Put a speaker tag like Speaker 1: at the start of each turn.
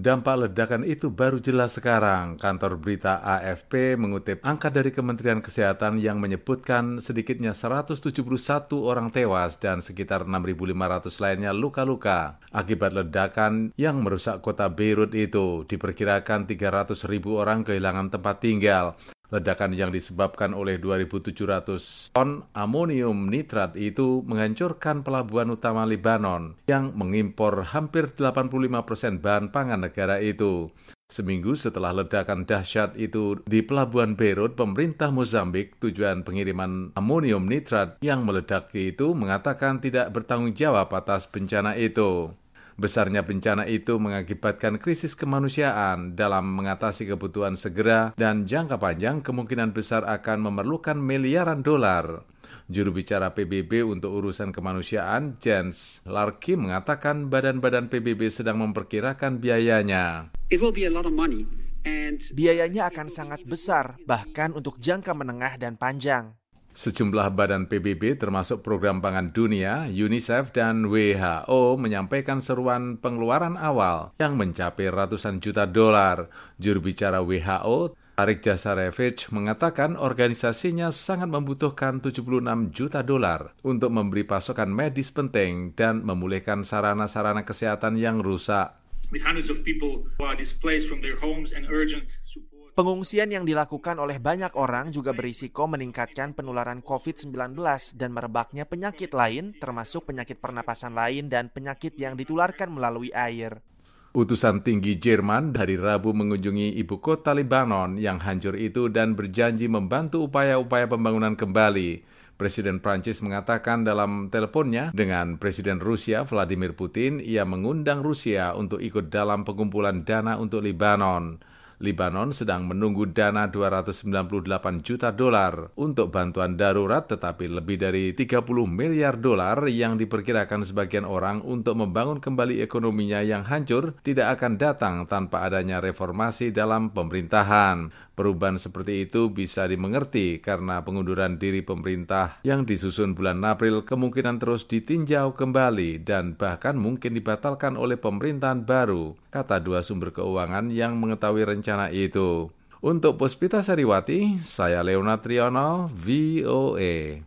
Speaker 1: dampak ledakan itu baru jelas sekarang. Kantor berita AFP mengutip angka dari Kementerian Kesehatan yang menyebutkan sedikitnya 171 orang tewas dan sekitar 6.500 lainnya luka-luka akibat ledakan yang merusak kota Beirut itu. Diperkirakan 300.000 orang kehilangan tempat tinggal. Ledakan yang disebabkan oleh 2.700 ton amonium nitrat itu menghancurkan pelabuhan utama Lebanon yang mengimpor hampir 85% bahan pangan negara itu. Seminggu setelah ledakan dahsyat itu di pelabuhan Beirut, pemerintah Mozambik, tujuan pengiriman amonium nitrat yang meledak itu mengatakan tidak bertanggung jawab atas bencana itu. Besarnya bencana itu mengakibatkan krisis kemanusiaan dalam mengatasi kebutuhan segera dan jangka panjang kemungkinan besar akan memerlukan miliaran dolar. Juru bicara PBB untuk urusan kemanusiaan, Jens Larky, mengatakan badan-badan PBB sedang memperkirakan biayanya.
Speaker 2: Biayanya akan sangat besar, bahkan untuk jangka menengah dan panjang.
Speaker 1: Sejumlah badan PBB termasuk Program Pangan Dunia, UNICEF, dan WHO menyampaikan seruan pengeluaran awal yang mencapai ratusan juta dolar. Juru bicara WHO, Tarik Jasarevic, mengatakan organisasinya sangat membutuhkan 76 juta dolar untuk memberi pasokan medis penting dan memulihkan sarana-sarana kesehatan yang rusak.
Speaker 2: Pengungsian yang dilakukan oleh banyak orang juga berisiko meningkatkan penularan COVID-19 dan merebaknya penyakit lain, termasuk penyakit pernapasan lain dan penyakit yang ditularkan melalui air.
Speaker 1: Utusan tinggi Jerman hari Rabu mengunjungi ibu kota Lebanon yang hancur itu dan berjanji membantu upaya-upaya pembangunan kembali. Presiden Prancis mengatakan dalam teleponnya dengan Presiden Rusia Vladimir Putin, ia mengundang Rusia untuk ikut dalam pengumpulan dana untuk Lebanon. Lebanon sedang menunggu dana 298 juta dolar untuk bantuan darurat, tetapi lebih dari 30 miliar dolar yang diperkirakan sebagian orang untuk membangun kembali ekonominya yang hancur tidak akan datang tanpa adanya reformasi dalam pemerintahan. Perubahan seperti itu bisa dimengerti karena pengunduran diri pemerintah yang disusun bulan April kemungkinan terus ditinjau kembali dan bahkan mungkin dibatalkan oleh pemerintahan baru, kata dua sumber keuangan yang mengetahui rencana itu. Untuk Puspita Sariwati, saya Leonard Triono, VOA.